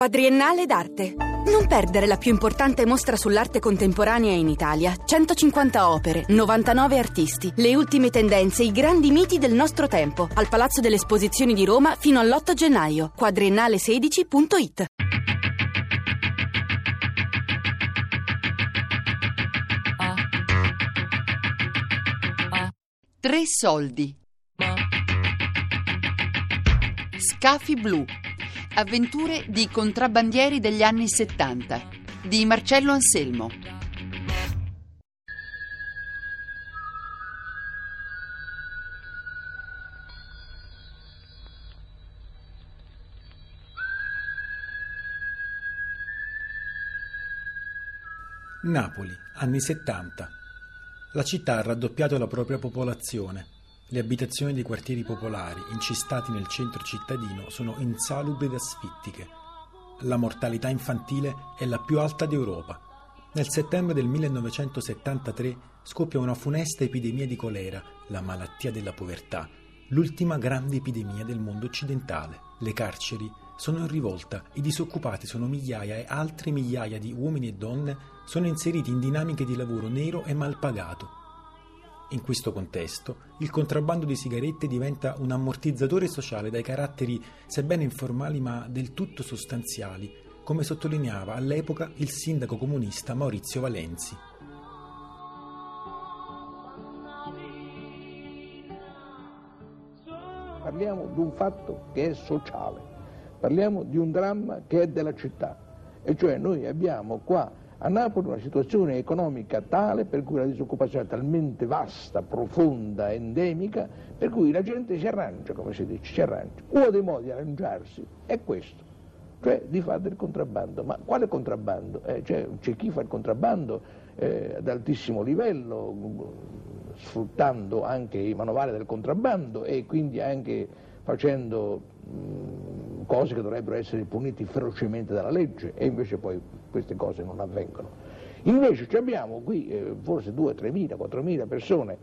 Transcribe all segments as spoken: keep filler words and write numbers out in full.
Quadriennale d'arte. Non perdere la più importante mostra sull'arte contemporanea in Italia. centocinquanta opere, novantanove artisti, le ultime tendenze, i grandi miti del nostro tempo. Al Palazzo delle Esposizioni di Roma fino all'otto gennaio. quadriennale sedici punto it. Tre soldi. Scafi blu. Avventure di contrabbandieri degli anni settanta di Marcello Anselmo. Napoli, anni settanta. La città ha raddoppiato la propria popolazione. Le abitazioni dei quartieri popolari, incistati nel centro cittadino, sono insalubri ed asfittiche. La mortalità infantile è la più alta d'Europa. Nel settembre del millenovecentosettantatré scoppia una funesta epidemia di colera, la malattia della povertà, l'ultima grande epidemia del mondo occidentale. Le carceri sono in rivolta, i disoccupati sono migliaia e altre migliaia di uomini e donne sono inseriti in dinamiche di lavoro nero e mal pagato. In questo contesto, il contrabbando di sigarette diventa un ammortizzatore sociale dai caratteri sebbene informali ma del tutto sostanziali, come sottolineava all'epoca il sindaco comunista Maurizio Valenzi. Parliamo di un fatto che è sociale, parliamo di un dramma che è della città, e cioè noi abbiamo qua a Napoli una situazione economica tale per cui la disoccupazione è talmente vasta, profonda, endemica, per cui la gente si arrangia, come si dice, si arrangia. Uno dei modi di arrangiarsi è questo, cioè di fare del contrabbando. Ma quale contrabbando? Eh, cioè, c'è chi fa il contrabbando eh, ad altissimo livello, sfruttando anche i manovali del contrabbando e quindi anche facendo mh, cose che dovrebbero essere punite ferocemente dalla legge, e invece poi queste cose non avvengono. Invece abbiamo qui eh, forse due, tremila, quattromila persone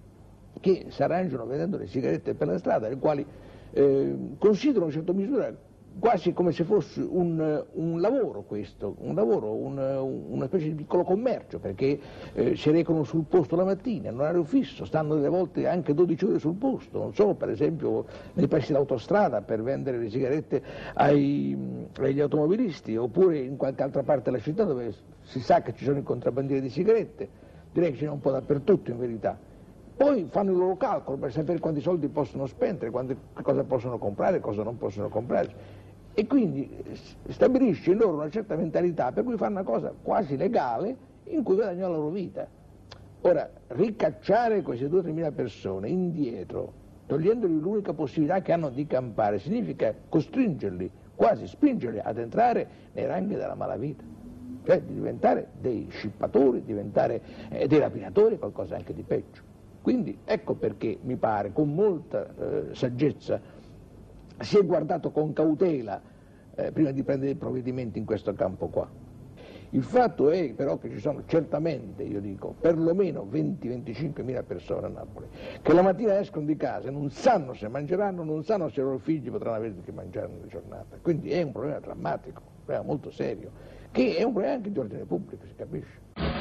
che si arrangiano vendendo le sigarette per la strada, le quali eh, considerano in certa misura quasi come se fosse un, un lavoro questo, un lavoro, un, una specie di piccolo commercio, perché eh, si recano sul posto la mattina, in orario fisso, stanno delle volte anche dodici ore sul posto, non solo per esempio nei pressi dell'autostrada per vendere le sigarette ai, agli automobilisti, oppure in qualche altra parte della città dove si sa che ci sono i contrabbandieri di sigarette, direi che ce n'è un po' dappertutto in verità. Poi fanno il loro calcolo per sapere quanti soldi possono spendere, quanti, cosa possono comprare e cosa non possono comprare. E quindi stabilisce in loro una certa mentalità per cui fanno una cosa quasi legale in cui guadagnano la loro vita. Ora, ricacciare queste due o tremila persone indietro, togliendogli l'unica possibilità che hanno di campare, significa costringerli, quasi spingerli ad entrare nei ranghi della malavita, cioè di diventare dei scippatori, diventare eh, dei rapinatori, qualcosa anche di peggio. Quindi ecco perché mi pare con molta eh, saggezza si è guardato con cautela eh, prima di prendere i provvedimenti in questo campo qua. Il fatto è però che ci sono certamente, io dico, perlomeno venti venticinque mila persone a Napoli, che la mattina escono di casa e non sanno se mangeranno, non sanno se i loro figli potranno avere che mangiare nella giornata. Quindi è un problema drammatico, un problema molto serio, che è un problema anche di ordine pubblico, si capisce.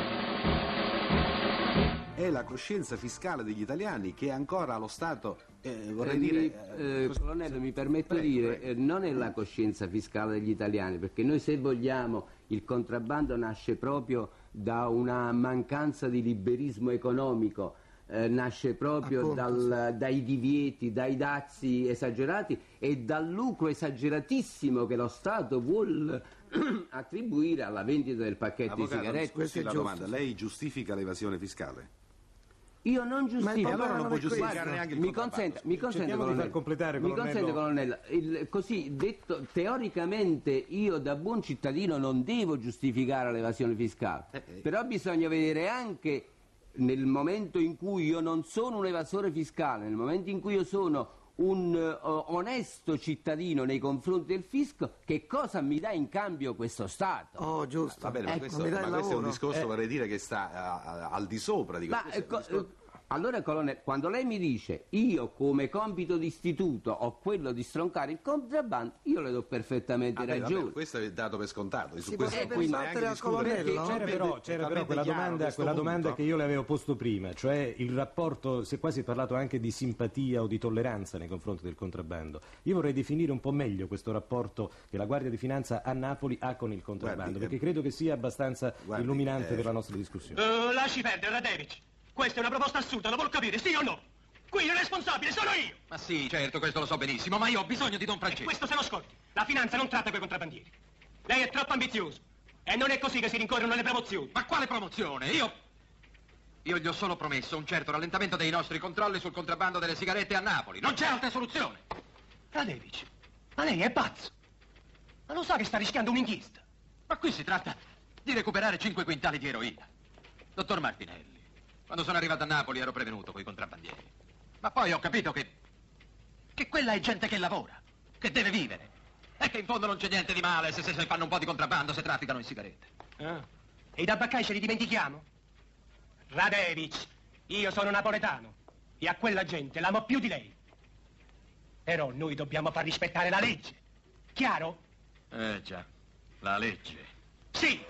È la coscienza fiscale degli italiani che ancora allo Stato, eh, vorrei eh, dire... Eh, eh, colonnello, mi permetto di dire, eh, non è la coscienza fiscale degli italiani, perché noi, se vogliamo, il contrabbando nasce proprio da una mancanza di liberismo economico, eh, nasce proprio Appunto, dal, sì. dai divieti, dai dazi esagerati e dal lucro esageratissimo che lo Stato vuol attribuire alla vendita del pacchetto Avvocato, di sigarette. scusi la giusto, domanda, sì. lei giustifica l'evasione fiscale? Io non giustifico. Ma allora non può è questo. giustificare neanche il Mi contrabbando. consenta, mi consente, Cerchiamo di far colonnello. completare, Mi colonnello. consente, colonnello. Il, così detto, teoricamente io da buon cittadino non devo giustificare l'evasione fiscale, Eh, eh. però bisogna vedere anche nel momento in cui io non sono un evasore fiscale, nel momento in cui io sono un uh, onesto cittadino nei confronti del fisco, che cosa mi dà in cambio questo Stato? Oh, giusto. Va bene, ma Ecco, questo, mi dai ma il questo è un lavoro. discorso, Eh. vorrei dire, che sta a- a- al di sopra di Ma, questo. ecco, Questo è un discorso- Allora, colonnello, quando lei mi dice io come compito d'istituto ho quello di stroncare il contrabbando, io le do perfettamente Ah, beh, ragione. vabbè, questo è dato per scontato. Su Si questo potrebbe non bisogna ribattere neanche al discutere, colonnello? perché C'era è però, talmente- c'era però talmente quella chiaro domanda, questo quella domanda punto. che io le avevo posto prima, cioè il rapporto, se qua si è parlato anche di simpatia o di tolleranza nei confronti del contrabbando. Io vorrei definire un po' meglio questo rapporto che la Guardia di Finanza a Napoli ha con il contrabbando, Guardi, perché eh, credo che sia abbastanza guardi, illuminante eh, per la nostra discussione. Uh, lasci perdere, Radevic. Questa è una proposta assurda, lo vuol capire, sì o no? Qui il responsabile sono io! Ma sì, certo, questo lo so benissimo, ma io ho bisogno di Don E Francesco. questo se lo scordi. La finanza non tratta quei contrabbandieri. Lei è troppo ambizioso. E non è così che si rincorrono le promozioni. Ma quale promozione? Io... Io gli ho solo promesso un certo rallentamento dei nostri controlli sul contrabbando delle sigarette a Napoli. Non c'è altra soluzione. Radevic, ma lei è pazzo. Ma lo sa che sta rischiando un'inchiesta? Ma qui si tratta di recuperare cinque quintali di eroina. Dottor Martinelli, quando sono arrivato a Napoli ero prevenuto coi contrabbandieri. Ma poi ho capito che... che quella è gente che lavora, che deve vivere. E che in fondo non c'è niente di male se, se, se fanno un po' di contrabbando, se trafficano in sigarette. Ah. E i tabaccai ce li dimentichiamo? Radevic, io sono napoletano e a quella gente l'amo più di lei. Però noi dobbiamo far rispettare la legge. Chiaro? Eh già, la legge. Sì!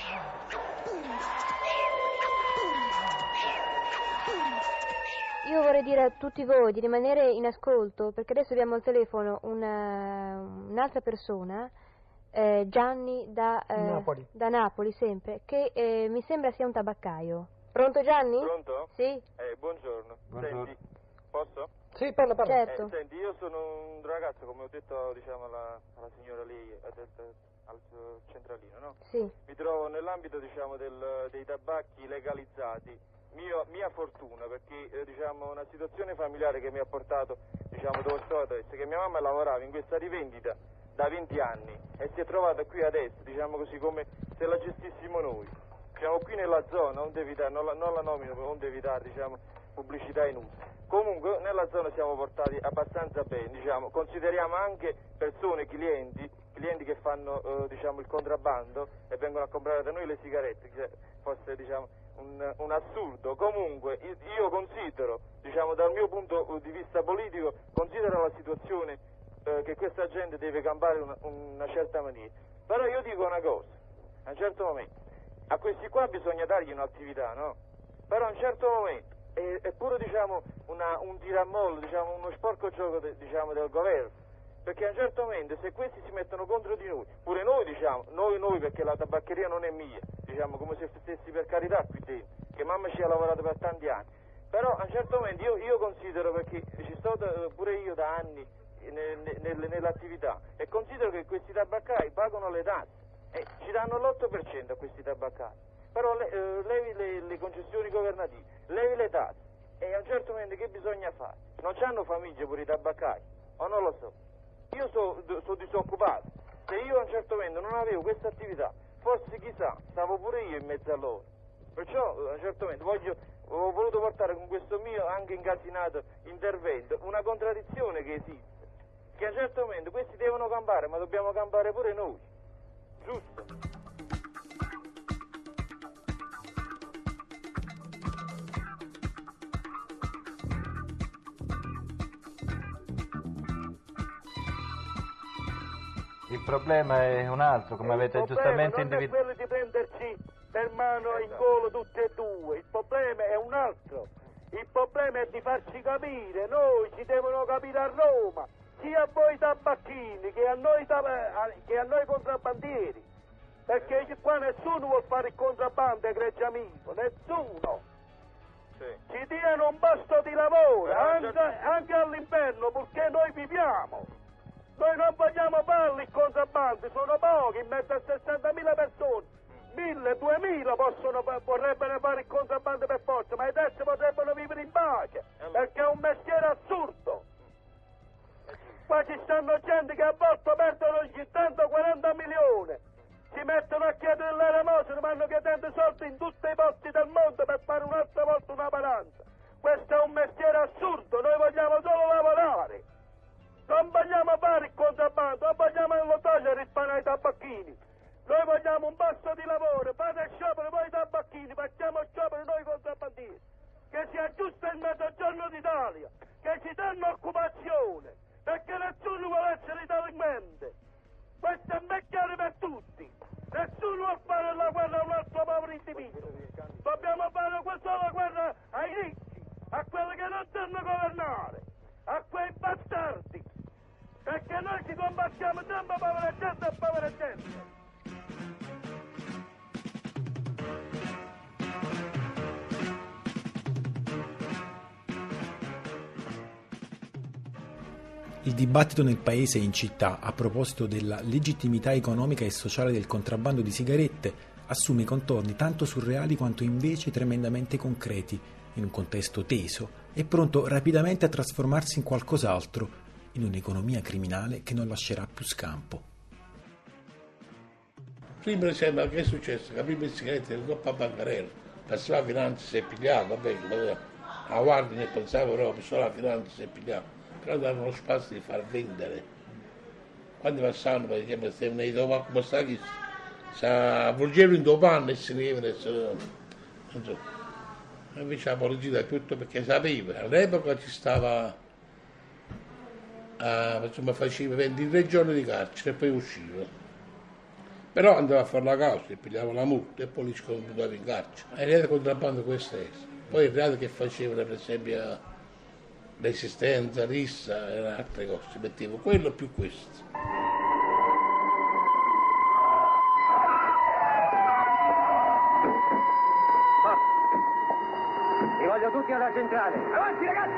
Io vorrei dire a tutti voi di rimanere in ascolto, perché adesso abbiamo al telefono una, un'altra persona, eh, Gianni da, eh, Napoli. da Napoli sempre, che eh, mi sembra sia un tabaccaio. Pronto Gianni? Pronto? Sì? Eh, buongiorno. Buongiorno. Senti, posso? Sì, parla, parla. Certo. Eh, senti, io sono un ragazzo, come ho detto, diciamo, alla, alla signora lì, ha detto, al suo centralino, no? Sì. Mi trovo nell'ambito, diciamo, del, dei tabacchi legalizzati. Mio, mia fortuna, perché eh, diciamo una situazione familiare che mi ha portato, diciamo, dove sto adesso, che mia mamma lavorava in questa rivendita da venti anni e si è trovata qui adesso, diciamo così, come se la gestissimo noi. Siamo qui nella zona, onde evitare, non la, non la nomino, onde evitare, diciamo, pubblicità inutili. Comunque nella zona siamo portati abbastanza bene, diciamo, consideriamo anche persone, clienti, clienti che fanno eh, diciamo il contrabbando e vengono a comprare da noi le sigarette, che fosse diciamo un, un assurdo. Comunque io considero, diciamo dal mio punto di vista politico, considero la situazione eh, che questa gente deve campare una, una certa maniera. Però io dico una cosa, a un certo momento, a questi qua bisogna dargli un'attività, no? Però a un certo momento è, è pure diciamo una, un tiramollo, diciamo uno sporco gioco de, diciamo, del governo, perché a un certo momento se questi si mettono contro di noi, pure noi diciamo, noi noi perché la tabaccheria non è mia, diciamo come se stessi per carità qui dentro, che mamma ci ha lavorato per tanti anni, però a un certo momento io, io considero, perché ci sto da, pure io da anni ne, ne, nel, nell'attività, e considero che questi tabaccai pagano le tasse e ci danno l'otto per cento a questi tabaccai. Però le, eh, levi le, le concessioni governative, levi le tasse e a un certo momento che bisogna fare? Non c'hanno famiglie pure i tabaccai? O non lo so? Io sono so disoccupato, se io a un certo momento non avevo questa attività, forse chissà, stavo pure io in mezzo a loro. Perciò a un certo momento voglio, ho voluto portare con questo mio anche incasinato intervento una contraddizione che esiste, che a un certo momento questi devono campare, ma dobbiamo campare pure noi, giusto? Il problema è un altro, come avete giustamente individuato. Il problema non è quello di prenderci per mano in volo tutti e due, il problema è un altro. Il problema è di farci capire, noi ci devono capire a Roma, sia a voi tabacchini che a noi, tab- che a noi contrabbandieri. Perché qua nessuno vuol fare il contrabbando, egregio amico, nessuno. Sì. Ci diano un posto di lavoro, anche, anche all'inverno, purché noi viviamo. Noi non vogliamo farli il contrabbando, sono pochi, in mezzo a sessantamila persone, mille, duemila possono, vorrebbero fare il contrabbando per forza, ma i terzi potrebbero vivere in pace, perché è un mestiere assurdo. Qua ci stanno gente che a volte perdono cinquanta quaranta milioni, si mettono a chiedere l'elemosina, vanno chiedendo soldi in tutti i posti del mondo per fare un'altra volta una paranza. Questo è un mestiere assurdo, noi vogliamo solo lavorare. Non vogliamo fare il contrabbando, non vogliamo lo togliere il pane ai tabacchini. Noi vogliamo un posto di lavoro, fate sciopero voi tabacchini, facciamo sciopero noi contrabbandieri. che si aggiusta il mezzogiorno d'Italia, che ci danno occupazione, perché nessuno vuole essere italiamente. Questo è ben chiaro per tutti. Nessuno vuole fare la guerra a un altro povero individuo. Dobbiamo fare questa la guerra ai ricchi, a quelli che non sanno governare, a quei bastardi, perché noi ci combattiamo sempre povera gente e povera gente. Il dibattito nel paese e in città a proposito della legittimità economica e sociale del contrabbando di sigarette assume contorni tanto surreali quanto invece tremendamente concreti, in un contesto teso e pronto rapidamente a trasformarsi in qualcos'altro, in un'economia criminale che non lascerà più scampo. Prima sembra che è successo che prima le sigarette del Coppa Bancarello, passava la finanza si è pigliato, vabbè, la guardia ne pensava proprio, solo la finanza si è pigliato. Però davano lo spazio di far vendere. Quando passavano, per esempio, stavano nei dopo, come sta chi si avvolgevano in due panni e si venivano, non so. Invece la polizia è tutto perché sapeva, all'epoca ci stava, uh, insomma, faceva ventitré giorni di carcere e poi usciva. Però andava a fare la causa, e pigliava la multa e poi li scomputava in carcere. E il reato contrabbando questo è. Poi il reato che facevano, per esempio, l'esistenza, rissa e altre cose, mettevo quello più questo. Li voglio tutti alla centrale. Avanti ragazzi!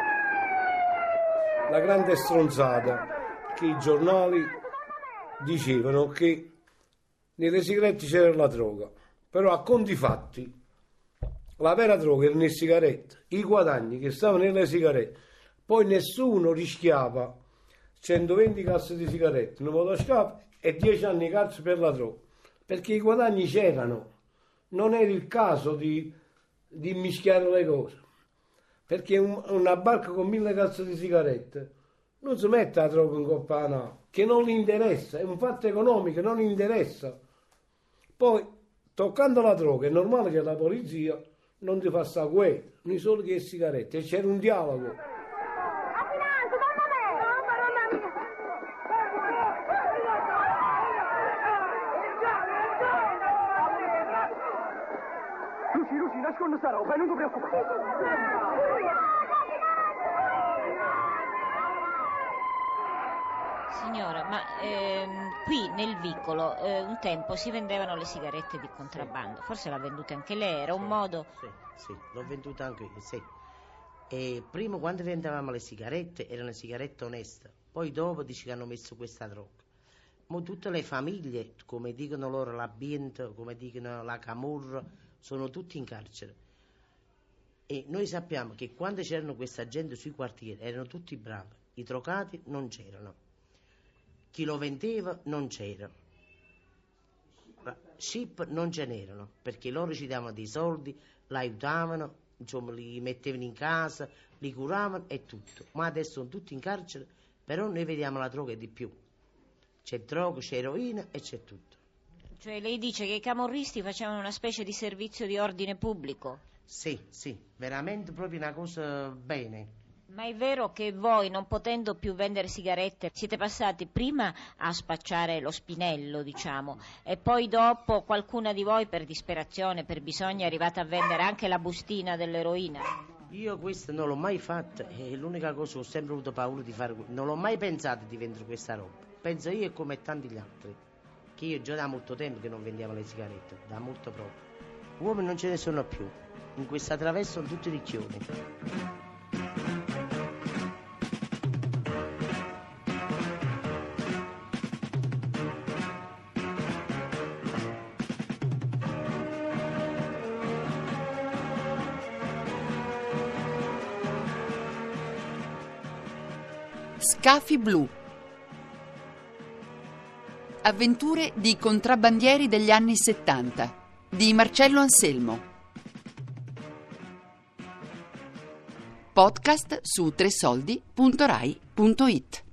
La grande stronzata che i giornali dicevano che nelle sigarette c'era la droga, però a conti fatti la vera droga era nelle sigarette, i guadagni che stavano nelle sigarette, poi nessuno rischiava centoventi casse di sigarette in motoscafo e dieci anni di carcere per la droga, perché i guadagni c'erano, non era il caso di, di mischiare le cose, perché un, una barca con mille casse di sigarette non si mette la droga in coppa a nave, che non gli interessa, è un fatto economico, non gli interessa. Poi, toccando la droga, è normale che la polizia non ti fa sta guerra, non solo che sigarette, e c'era un dialogo. A finanza, torna me! Mamma mia! Luci, Luci, nascondo sta roba, non ti preoccupare. Signora, ma ehm, qui nel vicolo eh, un tempo si vendevano le sigarette di contrabbando, forse l'ha vendute anche lei, era un sì, modo... Sì, sì, l'ho venduta anche io, sì. E prima quando vendevamo le sigarette erano sigarette oneste, poi dopo dici che hanno messo questa droga. Ma tutte le famiglie, come dicono loro l'ambiente, come dicono la camorra, sono tutti in carcere. E noi sappiamo che quando c'erano questa gente sui quartieri erano tutti bravi, i drogati non c'erano. Chi lo vendeva non c'era, ship non ce n'erano, perché loro ci davano dei soldi, l'aiutavano, insomma li mettevano in casa, li curavano e tutto. Ma adesso sono tutti in carcere, però noi vediamo la droga di più. C'è droga, c'è eroina e c'è tutto. Cioè lei dice che i camorristi facevano una specie di servizio di ordine pubblico? Sì, sì, veramente proprio una cosa bene. Ma è vero che voi, non potendo più vendere sigarette, siete passati prima a spacciare lo spinello, diciamo, e poi dopo qualcuna di voi per disperazione, per bisogno, è arrivata a vendere anche la bustina dell'eroina? Io questo non l'ho mai fatto, è l'unica cosa che ho sempre avuto paura di fare, non l'ho mai pensato di vendere questa roba. Penso io come tanti gli altri, che io già da molto tempo che non vendiamo le sigarette, da molto proprio. Uomini non ce ne sono più, in questa traversa sono tutti ricchioni. Scafi blu. Avventure di contrabbandieri degli anni settanta di Marcello Anselmo. Podcast su tresoldi punto rai punto it.